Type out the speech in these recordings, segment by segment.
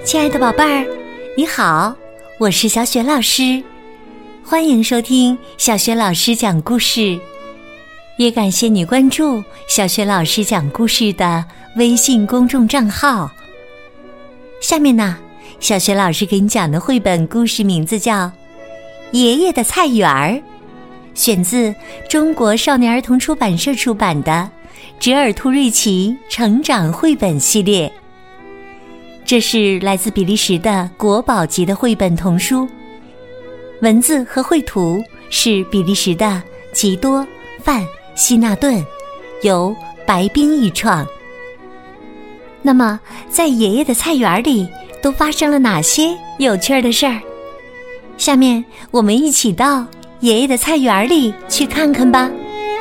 亲爱的宝贝儿，你好，我是小雪老师，欢迎收听小雪老师讲故事，也感谢你关注小雪老师讲故事的微信公众账号。下面呢，小雪老师给你讲的绘本故事名字叫《爷爷的菜园儿》，选自中国少年儿童出版社出版的《折耳兔瑞奇成长绘本系列》。这是来自比利时的国宝级的绘本童书，文字和绘图是比利时的吉多·范希纳顿，由白冰译创。那么在爷爷的菜园里都发生了哪些有趣的事儿？下面我们一起到爷爷的菜园里去看看吧。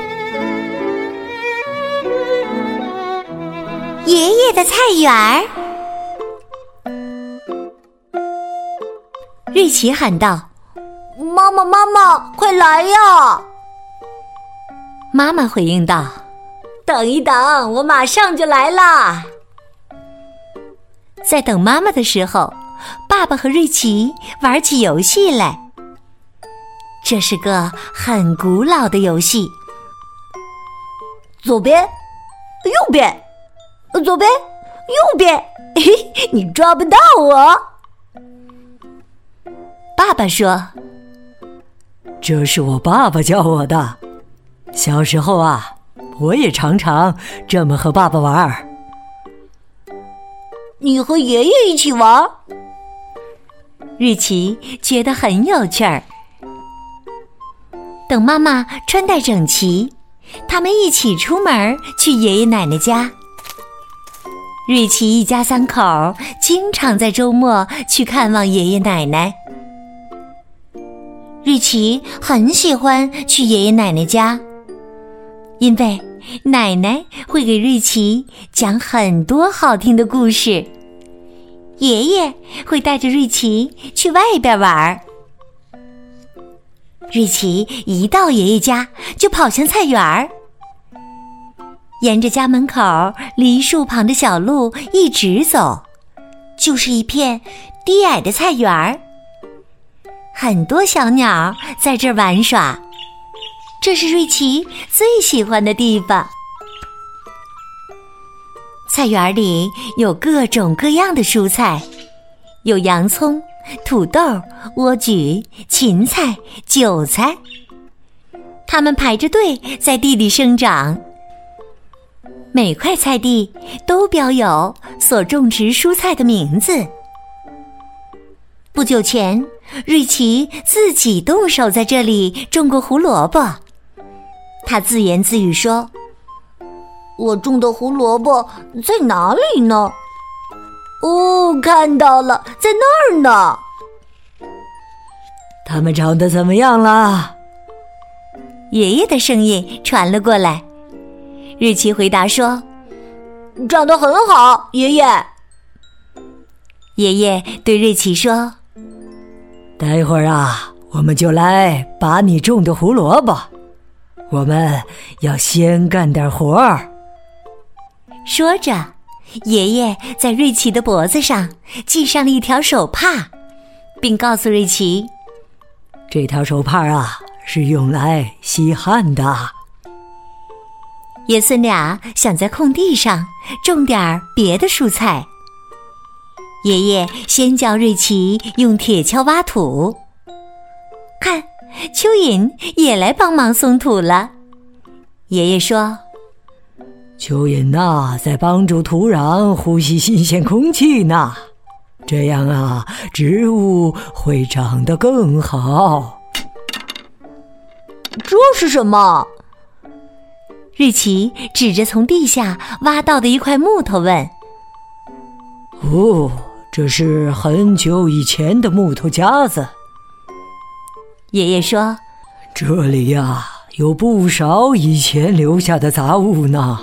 爷爷的菜园儿，瑞奇喊道： 妈妈，妈妈，快来呀！ 妈妈回应道： 等一等，我马上就来啦。 在等妈妈的时候，爸爸和瑞奇玩起游戏来。这是个很古老的游戏， 左边，右边，左边，右边，嘿，你抓不到我。 爸爸说： 这是我爸爸教我的，小时候啊，我也常常这么和爸爸玩。 你和爷爷一起玩？ 瑞奇觉得很有趣儿。等妈妈穿戴整齐，他们一起出门去爷爷奶奶家。瑞奇一家三口经常在周末去看望爷爷奶奶。瑞奇很喜欢去爷爷奶奶家，因为奶奶会给瑞奇讲很多好听的故事，爷爷会带着瑞奇去外边玩。瑞奇一到爷爷家就跑向菜园儿，沿着家门口梨树旁的小路一直走，就是一片低矮的菜园儿。很多小鸟在这儿玩耍，这是瑞奇最喜欢的地方。菜园里有各种各样的蔬菜，有洋葱、土豆、莴苣、芹菜、韭菜，它们排着队在地里生长。每块菜地都标有所种植蔬菜的名字。不久前，瑞奇自己动手在这里种过胡萝卜。他自言自语说： 我种的胡萝卜在哪里呢？哦，看到了，在那儿呢。 它们长得怎么样啦？ 爷爷的声音传了过来。瑞奇回答说： 长得很好，爷爷。 爷爷对瑞奇说： 待会儿啊，我们就来拔你种的胡萝卜，我们要先干点活儿。 说着，爷爷在瑞奇的脖子上系上了一条手帕，并告诉瑞奇： 这条手帕啊，是用来吸汗的。 爷孙俩想在空地上种点别的蔬菜。爷爷先教瑞奇用铁锹挖土，看，蚯蚓也来帮忙松土了。爷爷说： 蚯蚓呐，在帮助土壤呼吸新鲜空气呢，这样啊，植物会长得更好。 这是什么？ 瑞奇指着从地下挖到的一块木头问： 哦，这是很久以前的木头夹子。 爷爷说： 这里呀，有不少以前留下的杂物呢。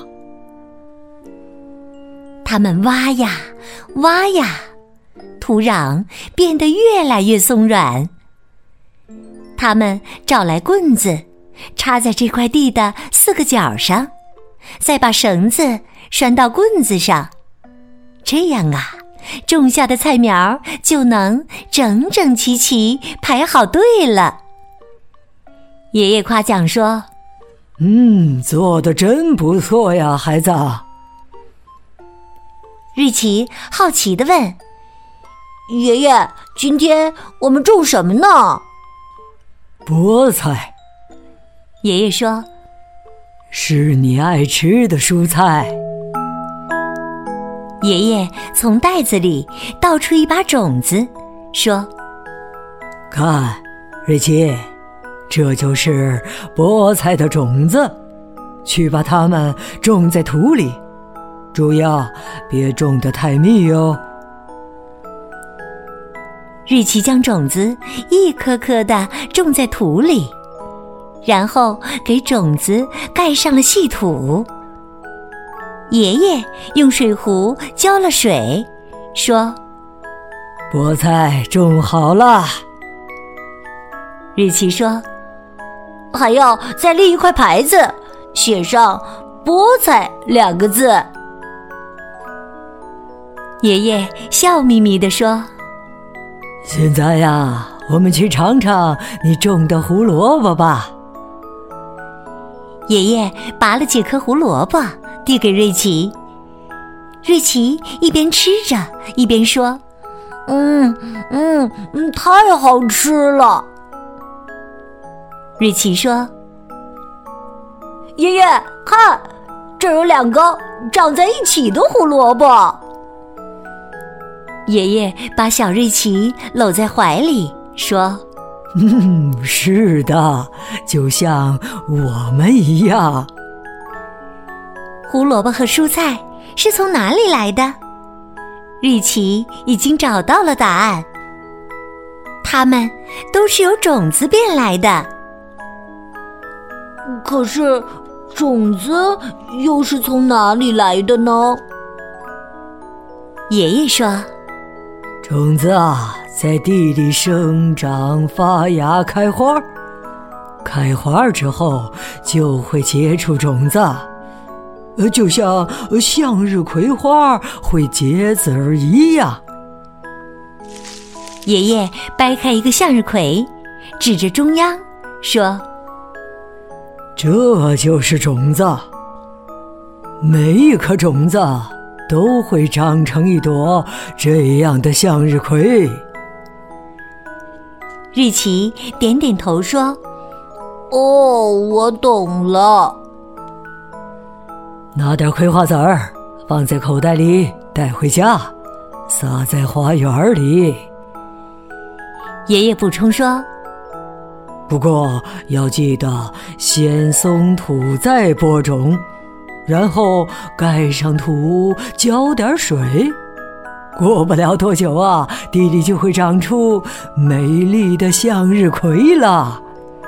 他们挖呀挖呀，土壤变得越来越松软。他们找来棍子，插在这块地的4个角上，再把绳子拴到棍子上，这样啊， 种下的菜苗就能整整齐齐排好队了。爷爷夸奖说： 做得真不错呀，孩子。 瑞奇好奇地问： 爷爷，今天我们种什么呢？ 菠菜。 爷爷说： 是你爱吃的蔬菜。 爷爷从袋子里倒出一把种子，说： 看，瑞奇，这就是菠菜的种子，去把它们种在土里，注意啊，别种得太密哦。 瑞奇将种子一颗颗地种在土里，然后给种子盖上了细土。爷爷用水壶浇了水，说： 菠菜种好了。 瑞奇说： 还要再立一块牌子，写上菠菜2个字。 爷爷笑眯眯地说： 现在呀，我们去尝尝你种的胡萝卜吧。 爷爷拔了几颗胡萝卜递给瑞奇，瑞奇一边吃着一边说： 太好吃了。 瑞奇说： 爷爷，看，这有2个长在一起的胡萝卜。 爷爷把小瑞奇搂在怀里，说： 是的，就像我们一样。 胡萝卜和蔬菜是从哪里来的？瑞奇已经找到了答案，它们都是由种子变来的。 可是，种子又是从哪里来的呢？ 爷爷说： 种子啊，在地里生长、发芽、开花，开花之后就会结出种子，就像向日葵花会结籽儿一样。 爷爷掰开一个向日葵，指着中央说： 这就是种子，每一颗种子都会长成一朵这样的向日葵。 瑞奇点点头说： 我懂了。 拿点葵花籽儿放在口袋里带回家，撒在花园里。 爷爷补充说： 不过要记得先松土再播种，然后盖上土，浇点水。过不了多久啊，地里就会长出美丽的向日葵了。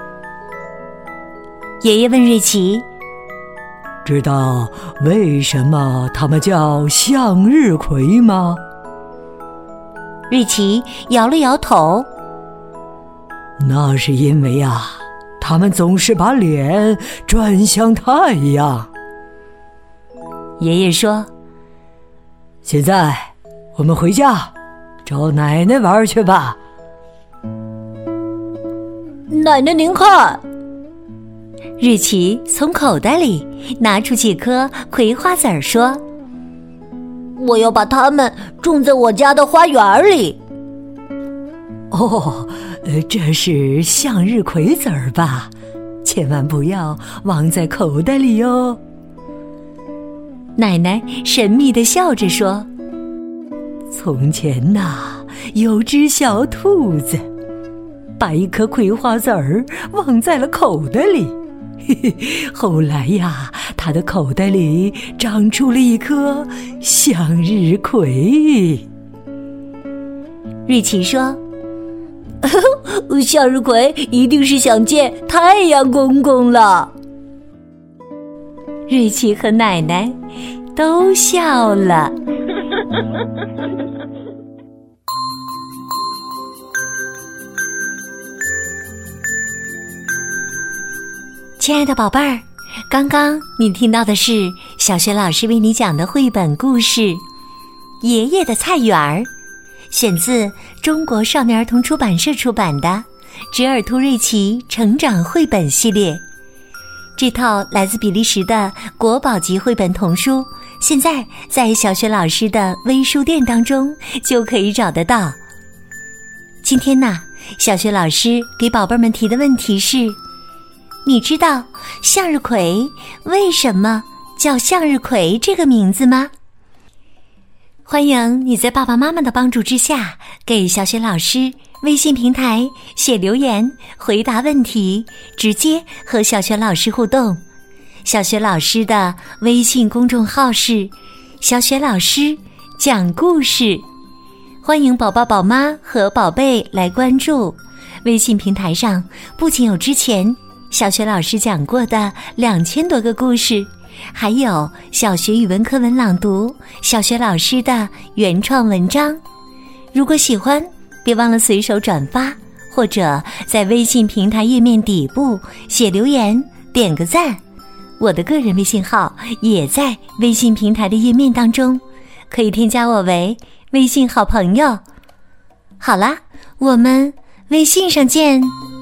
爷爷问瑞奇： 知道为什么它们叫向日葵吗？ 瑞奇摇了摇头。 那是因为啊，它们总是把脸转向太阳。 爷爷说： 现在我们回家找奶奶玩去吧。 奶奶您看。 瑞奇从口袋里拿出几颗葵花籽儿说： 我要把它们种在我家的花园里。 这是向日葵籽儿吧？千万不要忘在口袋里哟。 奶奶神秘地笑着说： 从前呐，有只小兔子，把一颗葵花籽儿忘在了口袋里。后来呀，它的口袋里长出了一颗向日葵。 瑞奇说： 向日葵一定是想见太阳公公了。 瑞奇和奶奶都笑了。亲爱的宝贝儿，刚刚你听到的是小学老师为你讲的绘本故事《 爷爷的菜园儿》，选自中国少年儿童出版社出版的侄尔图瑞奇成长绘本系列。这套来自比利时的国宝级绘本童书，现在在小雪老师的微书店当中就可以找得到。今天呢，小雪老师给宝贝们提的问题是：你知道向日葵为什么叫向日葵这个名字吗？欢迎你在爸爸妈妈的帮助之下，给小雪老师微信平台写留言回答问题，直接和小雪老师互动。小雪老师的微信公众号是小雪老师讲故事，欢迎宝宝宝妈和宝贝来关注。微信平台上不仅有之前小雪老师讲过的2000多个故事，还有小学语文课文朗读，小雪老师的原创文章。如果喜欢，别忘了随手转发，或者在微信平台页面底部写留言点个赞。我的个人微信号也在微信平台的页面当中，可以添加我为微信好朋友。好啦，我们微信上见。